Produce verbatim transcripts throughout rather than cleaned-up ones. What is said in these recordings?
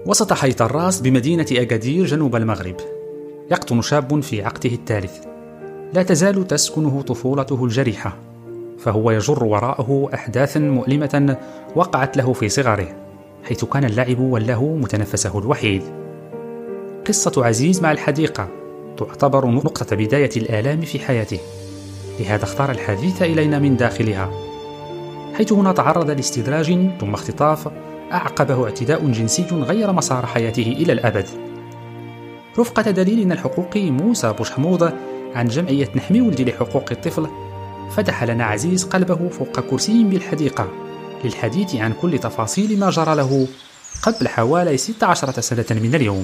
وسط حي طراس بمدينة أكادير جنوب المغرب يقطن شاب في عقده الثالث. لا تزال تسكنه طفولته الجريحة، فهو يجر وراءه أحداثا مؤلمة وقعت له في صغره، حيث كان اللعب واللهو متنفسه الوحيد. قصة عزيز مع الحديقة تعتبر نقطة بداية الآلام في حياته، لهذا اختار الحديث إلينا من داخلها، حيث هنا تعرض لاستدراج ثم اختطاف أعقبه اعتداء جنسي غير مسار حياته إلى الأبد. رفقة دليلنا الحقوقي موسى بوشحموض عن جمعية نحمي ولدي لحقوق الطفل فتح لنا عزيز قلبه فوق كرسي بالحديقة للحديث عن كل تفاصيل ما جرى له قبل حوالي ستة عشر سنة من اليوم.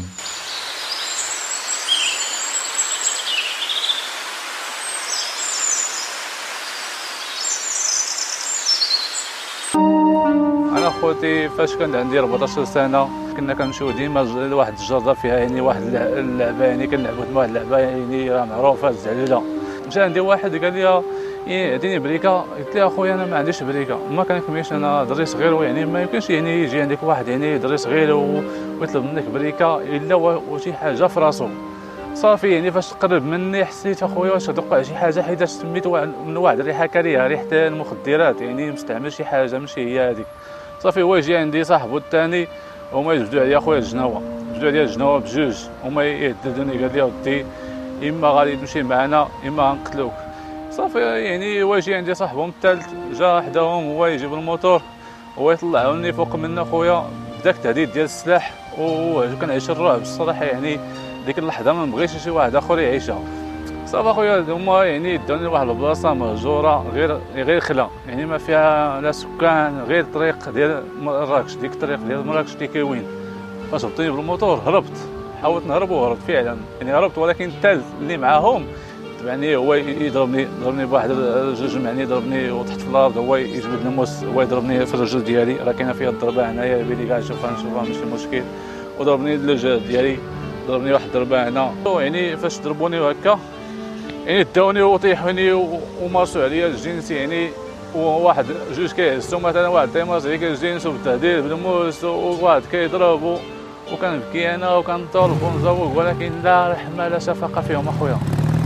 انا خوتي فاش كان عندي أربعطاش سنه كنا كنمشيو ديما لواحد الجرده فيها يعني واحد اللعبه، يعني كنلعبوا تما واحد اللعبه يعني راه معروفه الزعلوله. مشى عندي واحد قال لي عطيني بريكه، قلت له اخويا انا ما عنديش بريكه، ما كنكملش انا دري صغير، يعني ما يمكنش يعني يجي عندك واحد يعني دري صغير ويطلب منك بريكه الا وشي حاجه في راسو. صافي يعني فاش قرب مني حسيت اخويا واش توقع شي حاجه، حيت سميت من واحد الريحه كريهه، ريحه المخدرات، يعني مستعمل شي حاجه ماشي هي هذيك. صافي هو يجي عندي صاحبو الثاني هما يجبدوا عليا اخويا الجناوه، جبدوا عليا الجناوه بجوج، هما يهددوني قال لي ودي اما غادي تمشي معنا اما غنقتلوك. صافي يعني هو يجي عندي صاحبهم الثالث جا حداهم هو يجيب الموتور هو يطلعوني فوق منا خويا، بداك التهديد ديال السلاح وكنعيش الرعب الصراحه، يعني ديك اللحظه ما بغيتش شي واحد اخر يعيشها. صافي اخويا هما يعني داوني لواحد البلاصه مهجوره غير غير خلا، يعني ما فيها لا سكان، غير طريق ديال مراكش، ديك الطريق ديال مراكش اللي كاين. فاش هبطوني بالموتور هربت، حاولت نهرب وهربت فعلا، يعني هربت، ولكن الثالث اللي معاهم تبعني هو يضربني ضربني بواحد الجوج، يعني ضربني وتحت في الارض، هو يجبد الموس، هو يضربني في الرجل ديالي، راه كاينه فيها الضربه هنايا بيلي كاع نشوفها نشوفها ماشي مشكل، وضربني الوجه ديالي، ضربني واحد الضربه هنا. يعني فاش ضربوني هكا يعني داوني وطيحوني ومارسوا عليا الجنس، يعني وواحد جوج كيهزوا مثلا واحد تيمارس عليك الجنس وبالتهديد بالموس وواحد كيضرب، وكنبكي انا وكنطلب ونزوق، ولكن لا رحمه لا شفقه فيهم اخويا.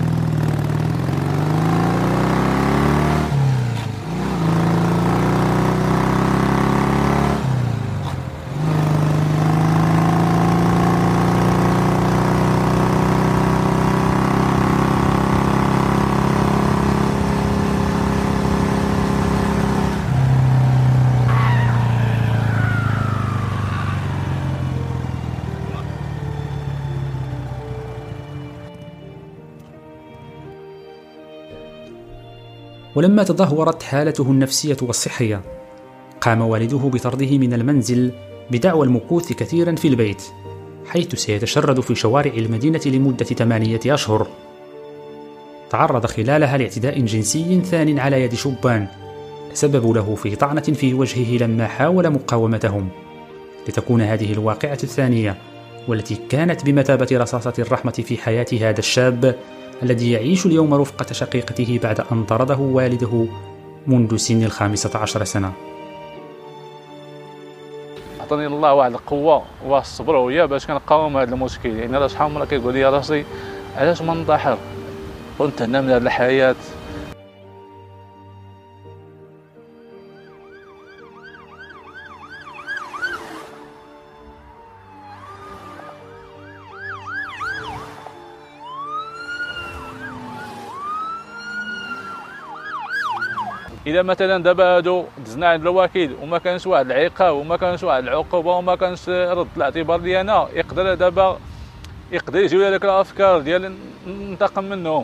ولما تدهورت حالته النفسية والصحية قام والده بطرده من المنزل بدعوى المكوث كثيرا في البيت، حيث سيتشرد في شوارع المدينة لمدة ثمانية أشهر. تعرض خلالها لاعتداء جنسي ثان على يد شبان تسببوا له في طعنة في وجهه لما حاول مقاومتهم، لتكون هذه الواقعة الثانية والتي كانت بمثابة رصاصة الرحمة في حياة هذا الشاب الذي يعيش اليوم رفقة شقيقته بعد أن طرده والده منذ سن الخامسة عشر سنة. عطاني الله واحد القوة وواحد الصبر وياه باش كنقاوم هذا المشكل، يعني راه شحال من مرة كيقول لي راسي علاش ما ننتحر ونتهنى من هذه الحياة. اذا مثلا دابا هادو دزنا عند الوكيل وما كانش واحد العقاب وما كانش واحد العقوبه وما كانش رد الاعتبار ديالنا، يقدر دابا يقدر يجيو هذيك الافكار ديال ننتقم منهم.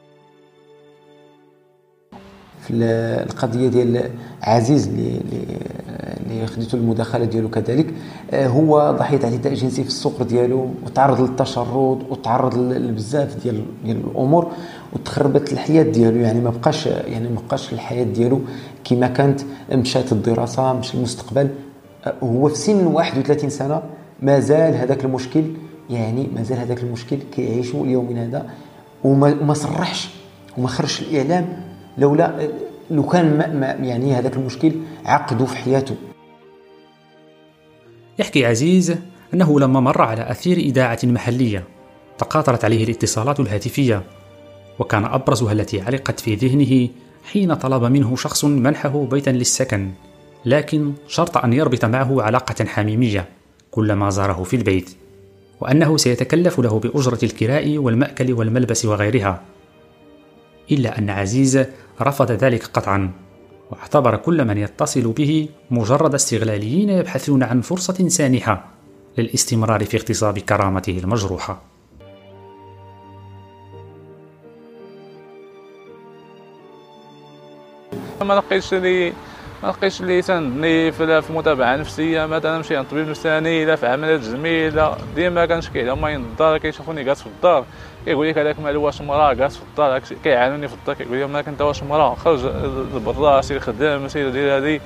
في القضيه ديال عزيز اللي اللي خديته المداخله ديالو كذلك، هو ضحيه اعتداء جنسي في السوق ديالو وتعرض للتشرد وتعرض لبزاف ديال ديال الامور وتخربت الحياه ديالو، يعني ما بقاش يعني ما بقاش الحياه ديالو كما كانت، مشات الدراسه مشى المستقبل. هو في سن واحد وثلاثين سنه مازال هذاك المشكل، يعني مازال هذاك المشكل كيعيشوا اليوم من هذا، وما وما صرحش وما خرجش الاعلام لولا لو كان ما ما يعني هذاك المشكل عقده في حياته. يحكي عزيز أنه لما مر على أثير إذاعة محلية تقاطرت عليه الاتصالات الهاتفية، وكان أبرزها التي علقت في ذهنه حين طلب منه شخص منحه بيتا للسكن، لكن شرط أن يربط معه علاقة حميمية كلما زاره في البيت، وأنه سيتكلف له بأجرة الكراء والمأكل والملبس وغيرها. إلا أن عزيز رفض ذلك قطعا، واعتبر كل من يتصل به مجرد استغلاليين يبحثون عن فرصة سانحة للاستمرار في اغتصاب كرامته المجروحة. ما لقيتش لي ما لقيتش لي تندني في المتابعه نفسيه، مثلا نمشي عند طبيب نفساني لا في عمليات جميله، ديما كنشكي على هما الدار، كيشوفوني جالس في الدار كيقول لك هذاك مالو واش مراه جالس في الدار، كيعانوني في الدار كيقول لهم مالك انت واش مراه، خرج لبرا سير خدام سير دير هذه.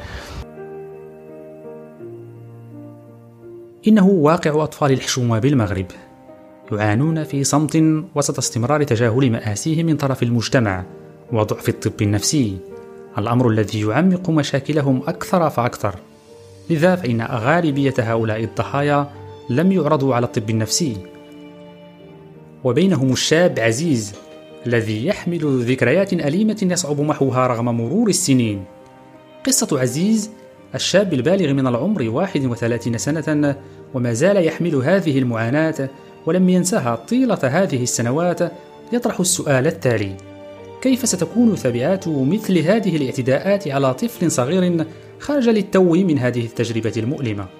إنه واقع أطفال الحشومة بالمغرب، يعانون في صمت وسط استمرار تجاهل مآسيهم من طرف المجتمع وضعف الطب النفسي، الأمر الذي يعمق مشاكلهم أكثر فأكثر. لذا فإن غالبية هؤلاء الضحايا لم يعرضوا على الطب النفسي، وبينهم الشاب عزيز الذي يحمل ذكريات أليمة يصعب محوها رغم مرور السنين. قصة عزيز الشاب البالغ من العمر واحد وثلاثين سنة وما زال يحمل هذه المعاناة ولم ينساها طيلة هذه السنوات، يطرح السؤال التالي: كيف ستكون تبعات مثل هذه الاعتداءات على طفل صغير خرج للتو من هذه التجربة المؤلمة؟